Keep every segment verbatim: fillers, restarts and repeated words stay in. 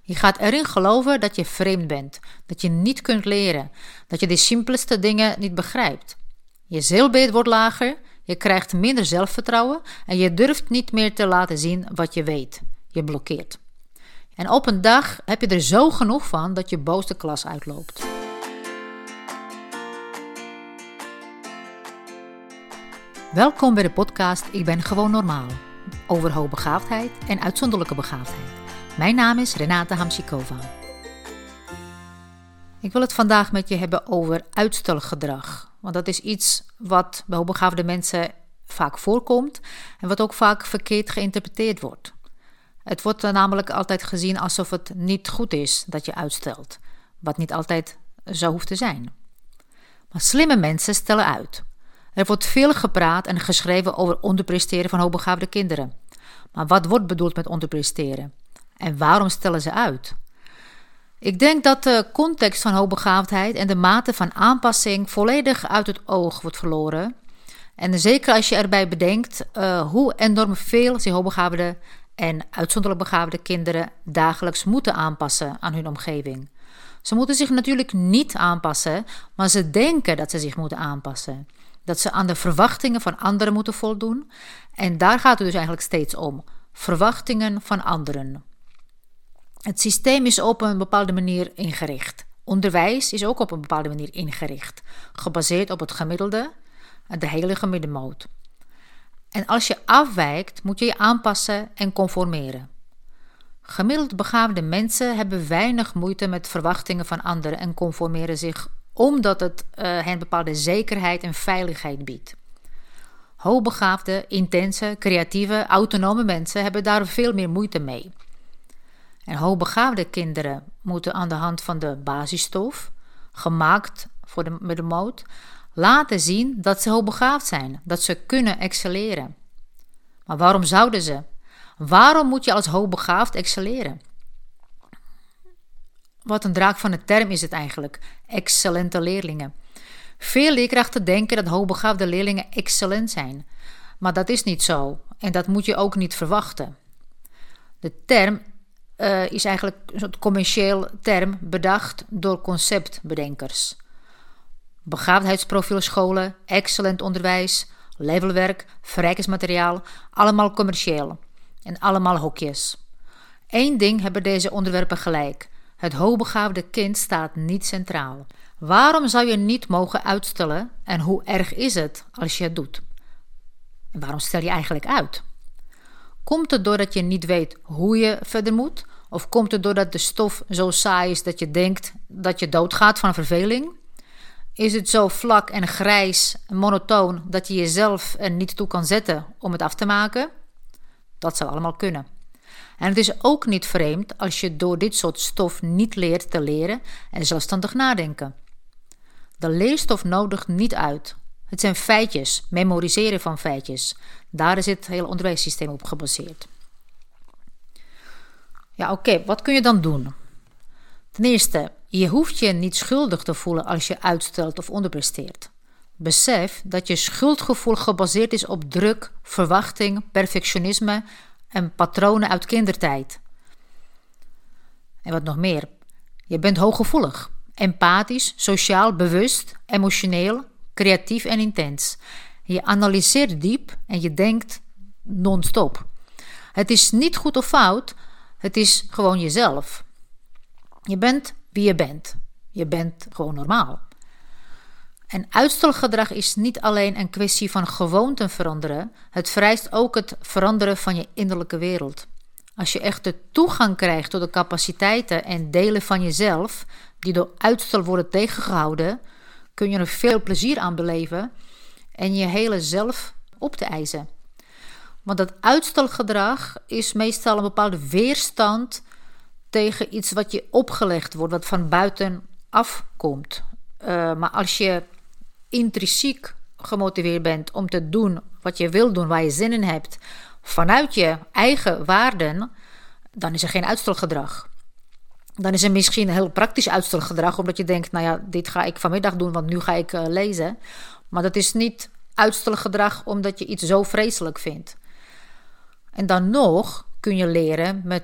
Je gaat erin geloven dat je vreemd bent, dat je niet kunt leren, dat je de simpelste dingen niet begrijpt. Je zielbeeld wordt lager, je krijgt minder zelfvertrouwen en je durft niet meer te laten zien wat je weet. Je blokkeert. En op een dag heb je er zo genoeg van dat je boos de klas uitloopt. Welkom bij de podcast Ik ben gewoon normaal. Over hoogbegaafdheid en uitzonderlijke begaafdheid. Mijn naam is Renate Hamsikova. Ik wil het vandaag met je hebben over uitstelgedrag. Want dat is iets wat bij hoogbegaafde mensen vaak voorkomt en wat ook vaak verkeerd geïnterpreteerd wordt. Het wordt namelijk altijd gezien alsof het niet goed is dat je uitstelt, wat niet altijd zo hoeft te zijn. Maar slimme mensen stellen uit. Er wordt veel gepraat en geschreven over onderpresteren van hoogbegaafde kinderen. Maar wat wordt bedoeld met onderpresteren? En waarom stellen ze uit? Ik denk dat de context van hoogbegaafdheid en de mate van aanpassing volledig uit het oog wordt verloren. En zeker als je erbij bedenkt uh, hoe enorm veel zich hoogbegaafde en uitzonderlijk begaafde kinderen dagelijks moeten aanpassen aan hun omgeving. Ze moeten zich natuurlijk niet aanpassen, maar ze denken dat ze zich moeten aanpassen. Dat ze aan de verwachtingen van anderen moeten voldoen. En daar gaat het dus eigenlijk steeds om. Verwachtingen van anderen. Het systeem is op een bepaalde manier ingericht. Onderwijs is ook op een bepaalde manier ingericht. Gebaseerd op het gemiddelde, de heilige middenmoot. En als je afwijkt, moet je je aanpassen en conformeren. Gemiddeld begaafde mensen hebben weinig moeite met verwachtingen van anderen en conformeren zich omdat het uh, hen bepaalde zekerheid en veiligheid biedt. Hoogbegaafde, intense, creatieve, autonome mensen hebben daar veel meer moeite mee. En hoogbegaafde kinderen moeten aan de hand van de basisstof, gemaakt voor de middenmoot, laten zien dat ze hoogbegaafd zijn, dat ze kunnen excelleren. Maar waarom zouden ze? Waarom moet je als hoogbegaafd excelleren? Wat een draak van de term is het eigenlijk, excellente leerlingen. Veel leerkrachten denken dat hoogbegaafde leerlingen excellent zijn. Maar dat is niet zo en dat moet je ook niet verwachten. De term uh, is eigenlijk een soort commercieel term bedacht door conceptbedenkers. Begaafdheidsprofielscholen, excellent onderwijs, levelwerk, verrijkingsmateriaal, allemaal commercieel en allemaal hokjes. Eén ding hebben deze onderwerpen gelijk. Het hoogbegaafde kind staat niet centraal. Waarom zou je niet mogen uitstellen en hoe erg is het als je het doet? En waarom stel je eigenlijk uit? Komt het doordat je niet weet hoe je verder moet? Of komt het doordat de stof zo saai is dat je denkt dat je doodgaat van verveling? Is het zo vlak en grijs en monotoon dat je jezelf er niet toe kan zetten om het af te maken? Dat zou allemaal kunnen. En het is ook niet vreemd als je door dit soort stof niet leert te leren en zelfstandig nadenken. De leerstof nodigt niet uit. Het zijn feitjes, memoriseren van feitjes. Daar is het hele onderwijssysteem op gebaseerd. Ja, oké, okay, wat kun je dan doen? Ten eerste, je hoeft je niet schuldig te voelen als je uitstelt of onderpresteert. Besef dat je schuldgevoel gebaseerd is op druk, verwachting, perfectionisme en patronen uit kindertijd. En wat nog meer. Je bent hooggevoelig, empathisch, sociaal, bewust, emotioneel, creatief en intens. Je analyseert diep en je denkt non-stop. Het is niet goed of fout, het is gewoon jezelf. Je bent wie je bent. Je bent gewoon normaal. En uitstelgedrag is niet alleen een kwestie van gewoonten veranderen. Het vereist ook het veranderen van je innerlijke wereld. Als je echt de toegang krijgt tot de capaciteiten en delen van jezelf die door uitstel worden tegengehouden, kun je er veel plezier aan beleven en je hele zelf op te eisen. Want dat uitstelgedrag is meestal een bepaalde weerstand tegen iets wat je opgelegd wordt, wat van buiten afkomt. Uh, maar als je intrinsiek gemotiveerd bent om te doen wat je wil doen, waar je zin in hebt, vanuit je eigen waarden, dan is er geen uitstelgedrag. Dan is er misschien een heel praktisch uitstelgedrag, omdat je denkt, nou ja, dit ga ik vanmiddag doen, want nu ga ik uh, lezen. Maar dat is niet uitstelgedrag omdat je iets zo vreselijk vindt. En dan nog kun je leren met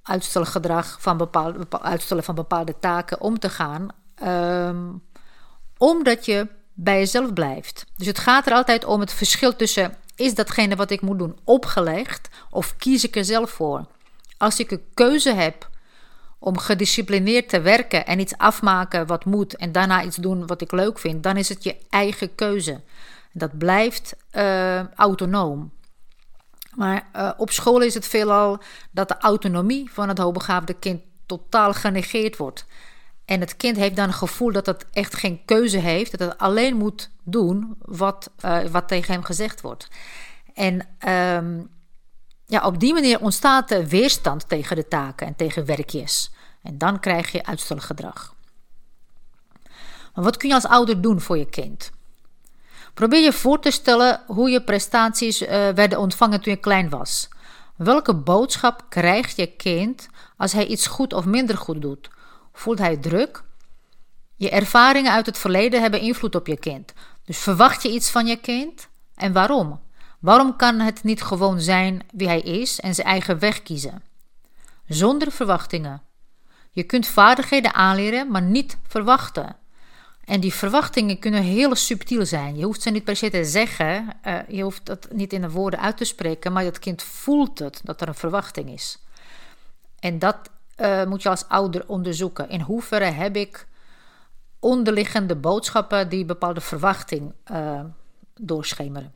uitstelgedrag van bepaalde, bepaal, uitstellen van bepaalde taken om te gaan. Um, omdat je bij jezelf blijft. Dus het gaat er altijd om het verschil tussen, is datgene wat ik moet doen opgelegd of kies ik er zelf voor? Als ik een keuze heb om gedisciplineerd te werken en iets afmaken wat moet en daarna iets doen wat ik leuk vind, dan is het je eigen keuze. Dat blijft uh, autonoom. Maar uh, op school is het veelal dat de autonomie van het hoogbegaafde kind totaal genegeerd wordt. En het kind heeft dan een gevoel dat het echt geen keuze heeft, dat het alleen moet doen wat, uh, wat tegen hem gezegd wordt. En um, ja, op die manier ontstaat de weerstand tegen de taken en tegen werkjes. En dan krijg je uitstelgedrag. Maar wat kun je als ouder doen voor je kind? Probeer je voor te stellen hoe je prestaties uh, werden ontvangen toen je klein was. Welke boodschap krijgt je kind als hij iets goed of minder goed doet? Voelt hij druk? Je ervaringen uit het verleden hebben invloed op je kind. Dus verwacht je iets van je kind? En waarom? Waarom kan het niet gewoon zijn wie hij is en zijn eigen weg kiezen? Zonder verwachtingen. Je kunt vaardigheden aanleren, maar niet verwachten. En die verwachtingen kunnen heel subtiel zijn. Je hoeft ze niet per se te zeggen, uh, je hoeft dat niet in de woorden uit te spreken, maar het kind voelt het, dat er een verwachting is. En dat uh, moet je als ouder onderzoeken. In hoeverre heb ik onderliggende boodschappen die bepaalde verwachting uh, doorschemeren.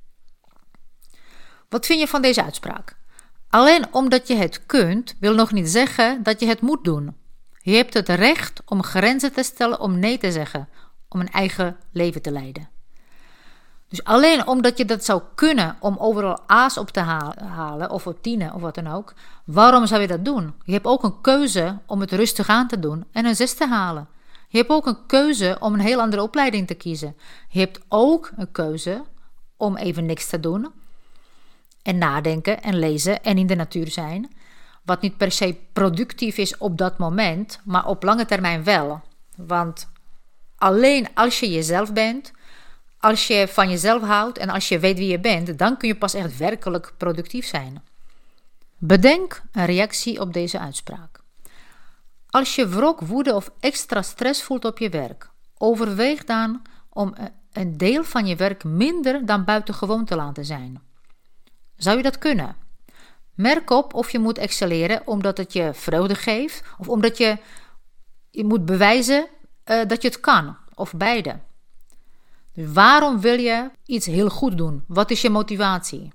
Wat vind je van deze uitspraak? Alleen omdat je het kunt, wil nog niet zeggen dat je het moet doen. Je hebt het recht om grenzen te stellen, om nee te zeggen, om een eigen leven te leiden. Dus alleen omdat je dat zou kunnen om overal A's op te halen, of op tienen, of wat dan ook, waarom zou je dat doen? Je hebt ook een keuze om het rustig aan te doen en een zes te halen. Je hebt ook een keuze om een heel andere opleiding te kiezen. Je hebt ook een keuze om even niks te doen en nadenken en lezen en in de natuur zijn. Wat niet per se productief is op dat moment, maar op lange termijn wel. Want alleen als je jezelf bent, als je van jezelf houdt en als je weet wie je bent, dan kun je pas echt werkelijk productief zijn. Bedenk een reactie op deze uitspraak. Als je wrok, woede of extra stress voelt op je werk, overweeg dan om een deel van je werk minder dan buitengewoon te laten zijn. Zou je dat kunnen? Merk op of je moet excelleren omdat het je vreugde geeft of omdat je, je moet bewijzen uh, dat je het kan, of beide. Dus waarom wil je iets heel goed doen? Wat is je motivatie?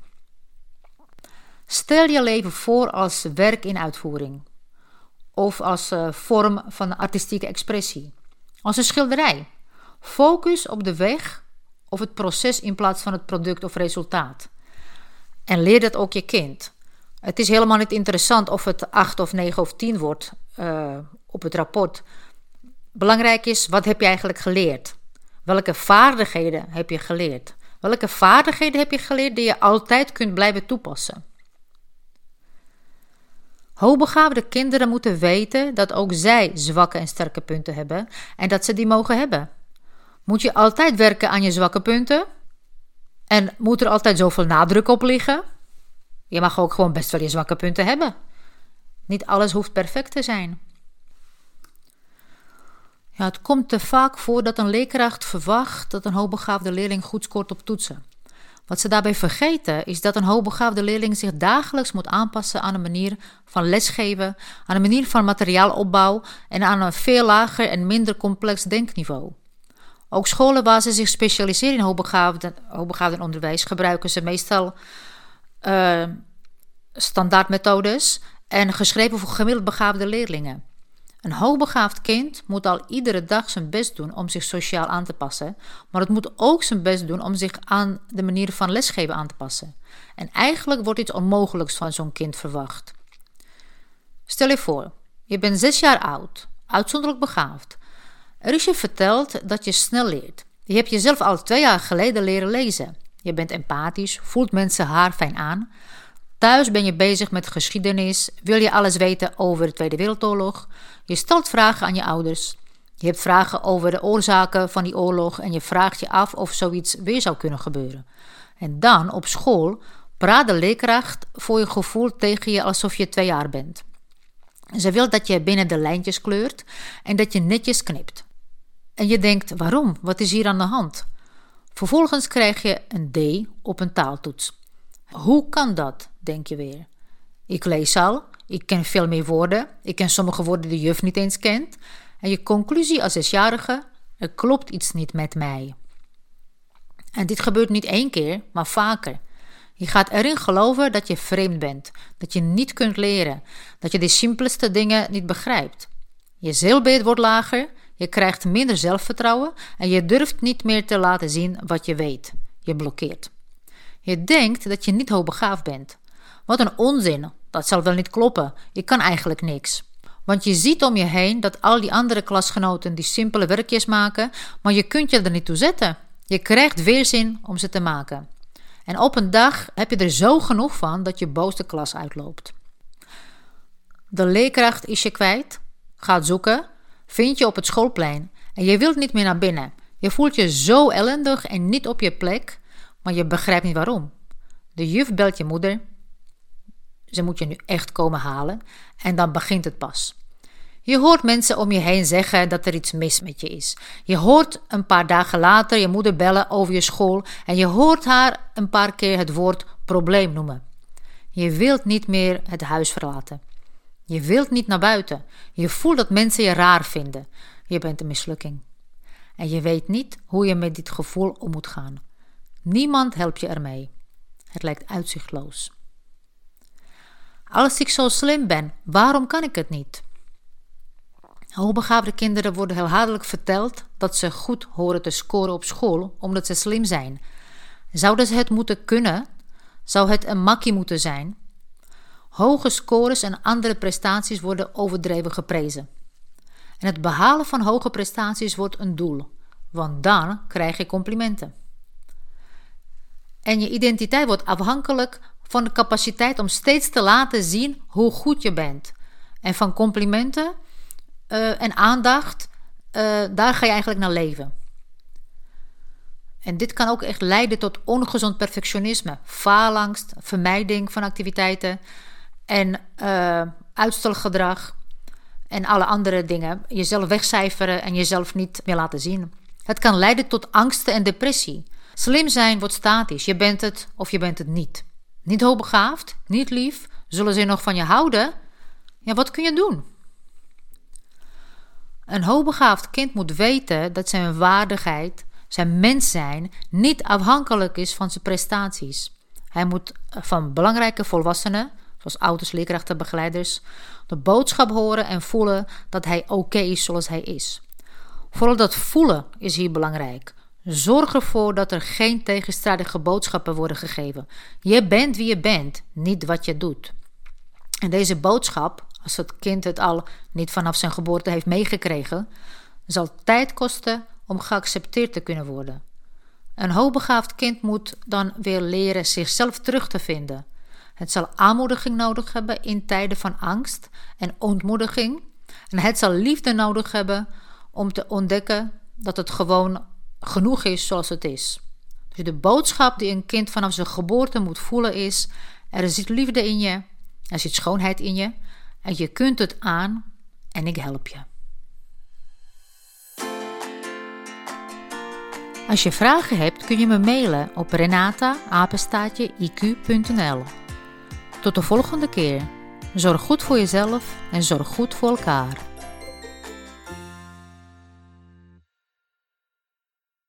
Stel je leven voor als werk in uitvoering of als uh, vorm van artistieke expressie, als een schilderij. Focus op de weg of het proces in plaats van het product of resultaat. En leer dat ook je kind. Het is helemaal niet interessant of het acht of negen of tien wordt uh, op het rapport. Belangrijk is, wat heb je eigenlijk geleerd? Welke vaardigheden heb je geleerd? Welke vaardigheden heb je geleerd die je altijd kunt blijven toepassen? Hoogbegaafde kinderen moeten weten dat ook zij zwakke en sterke punten hebben en dat ze die mogen hebben. Moet je altijd werken aan je zwakke punten? En moet er altijd zoveel nadruk op liggen? Je mag ook gewoon best wel je zwakke punten hebben. Niet alles hoeft perfect te zijn. Ja, het komt te vaak voor dat een leerkracht verwacht dat een hoogbegaafde leerling goed scoort op toetsen. Wat ze daarbij vergeten is dat een hoogbegaafde leerling zich dagelijks moet aanpassen aan een manier van lesgeven, aan een manier van materiaalopbouw en aan een veel lager en minder complex denkniveau. Ook scholen waar ze zich specialiseren in hoogbegaafde, hoogbegaafde onderwijs gebruiken ze meestal uh, standaardmethodes en geschreven voor gemiddeld begaafde leerlingen. Een hoogbegaafd kind moet al iedere dag zijn best doen om zich sociaal aan te passen, maar het moet ook zijn best doen om zich aan de manier van lesgeven aan te passen. En eigenlijk wordt iets onmogelijks van zo'n kind verwacht. Stel je voor, je bent zes jaar oud, uitzonderlijk begaafd. Er is je verteld dat je snel leert. Je hebt jezelf al twee jaar geleden leren lezen. Je bent empathisch, voelt mensen haarfijn aan. Thuis ben je bezig met geschiedenis, wil je alles weten over de Tweede Wereldoorlog. Je stelt vragen aan je ouders. Je hebt vragen over de oorzaken van die oorlog en je vraagt je af of zoiets weer zou kunnen gebeuren. En dan op school praat de leerkracht voor je gevoel tegen je alsof je twee jaar bent. Ze wil dat je binnen de lijntjes kleurt en dat je netjes knipt. En je denkt, waarom? Wat is hier aan de hand? Vervolgens krijg je een D op een taaltoets. Hoe kan dat, denk je weer? Ik lees al, ik ken veel meer woorden, ik ken sommige woorden die de juf niet eens kent. En je conclusie als zesjarige, er klopt iets niet met mij. En dit gebeurt niet één keer, maar vaker. Je gaat erin geloven dat je vreemd bent, dat je niet kunt leren, dat je de simpelste dingen niet begrijpt. Je zelfbeeld wordt lager, je krijgt minder zelfvertrouwen en je durft niet meer te laten zien wat je weet. Je blokkeert. Je denkt dat je niet hoogbegaafd bent. Wat een onzin, dat zal wel niet kloppen, je kan eigenlijk niks. Want je ziet om je heen dat al die andere klasgenoten die simpele werkjes maken, maar je kunt je er niet toe zetten. Je krijgt weerzin om ze te maken. En op een dag heb je er zo genoeg van dat je boos de klas uitloopt. De leerkracht is je kwijt, gaat zoeken, vind je op het schoolplein en je wilt niet meer naar binnen. Je voelt je zo ellendig en niet op je plek, maar je begrijpt niet waarom. De juf belt je moeder. Ze moet je nu echt komen halen en dan begint het pas. Je hoort mensen om je heen zeggen dat er iets mis met je is. Je hoort een paar dagen later je moeder bellen over je school en je hoort haar een paar keer het woord probleem noemen. Je wilt niet meer het huis verlaten. Je wilt niet naar buiten. Je voelt dat mensen je raar vinden. Je bent een mislukking. En je weet niet hoe je met dit gevoel om moet gaan. Niemand helpt je ermee. Het lijkt uitzichtloos. Als ik zo slim ben, waarom kan ik het niet? Hoogbegaafde kinderen worden heel herhaaldelijk verteld dat ze goed horen te scoren op school omdat ze slim zijn. Zouden ze het moeten kunnen? Zou het een makkie moeten zijn? Hoge scores en andere prestaties worden overdreven geprezen. En het behalen van hoge prestaties wordt een doel, want dan krijg je complimenten. En je identiteit wordt afhankelijk van de capaciteit om steeds te laten zien hoe goed je bent. En van complimenten uh, en aandacht, uh, daar ga je eigenlijk naar leven. En dit kan ook echt leiden tot ongezond perfectionisme, faalangst, vermijding van activiteiten en uh, uitstelgedrag en alle andere dingen. Jezelf wegcijferen en jezelf niet meer laten zien. Het kan leiden tot angsten en depressie. Slim zijn wordt statisch. Je bent het of je bent het niet. Niet hoogbegaafd, niet lief. Zullen ze nog van je houden? Ja, wat kun je doen? Een hoogbegaafd kind moet weten dat zijn waardigheid, zijn mens zijn, niet afhankelijk is van zijn prestaties. Hij moet van belangrijke volwassenen, zoals ouders, leerkrachten, begeleiders, de boodschap horen en voelen dat hij oké is zoals hij is. Vooral dat voelen is hier belangrijk. Zorg ervoor dat er geen tegenstrijdige boodschappen worden gegeven. Je bent wie je bent, niet wat je doet. En deze boodschap, als het kind het al niet vanaf zijn geboorte heeft meegekregen, zal tijd kosten om geaccepteerd te kunnen worden. Een hoogbegaafd kind moet dan weer leren zichzelf terug te vinden. Het zal aanmoediging nodig hebben in tijden van angst en ontmoediging. En het zal liefde nodig hebben om te ontdekken dat het gewoon genoeg is zoals het is. Dus de boodschap die een kind vanaf zijn geboorte moet voelen is: er zit liefde in je, er zit schoonheid in je en je kunt het aan en ik help je. Als je vragen hebt kun je me mailen op renata apenstaartje i q punt n l. Tot de volgende keer. Zorg goed voor jezelf en zorg goed voor elkaar.